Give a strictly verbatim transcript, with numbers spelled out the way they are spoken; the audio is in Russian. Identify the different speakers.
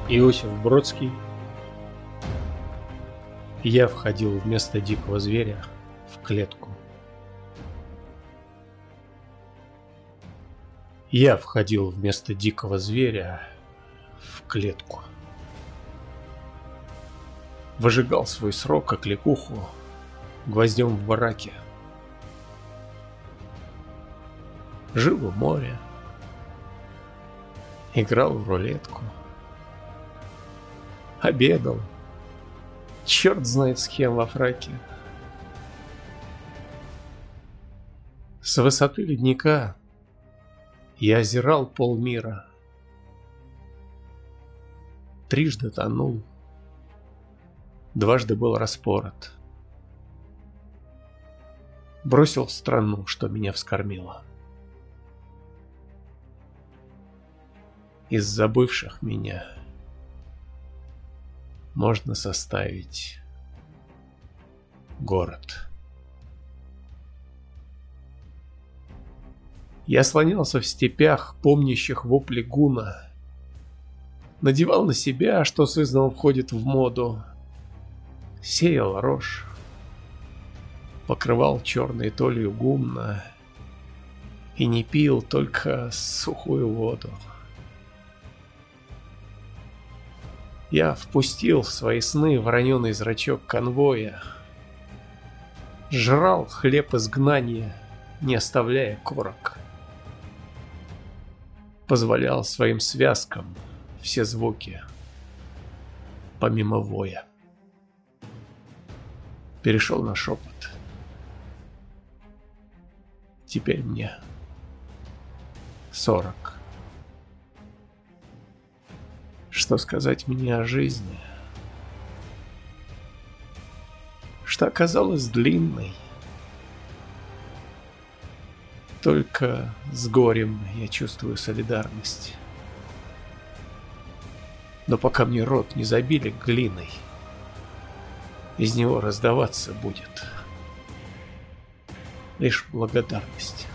Speaker 1: Иосиф Бродский. Я входил вместо дикого зверя в клетку. Я входил вместо дикого зверя в клетку. Выжигал свой срок, как кликуху, гвоздем в бараке. Жил у моря, играл в рулетку, обедал, черт знает с кем во фраке. С высоты ледника я озирал полмира. Трижды тонул, дважды был распорот. Бросил в страну, что меня вскормило. Из забывших меня можно составить город. Я слонялся в степях, помнящих вопли гуна, надевал на себя, что сызново входит в моду, сеял рожь, покрывал черной толью гумна и не пил только сухую воду. Я впустил в свои сны вороненый зрачок конвоя, жрал хлеб изгнания, не оставляя корок, позволял своим связкам все звуки, помимо воя. Перешел на шепот. Теперь мне сорок. Что сказать мне о жизни? Что оказалось длинной. Только с горем я чувствую солидарность. Но пока мне рот не забили глиной, из него раздаваться будет лишь благодарность.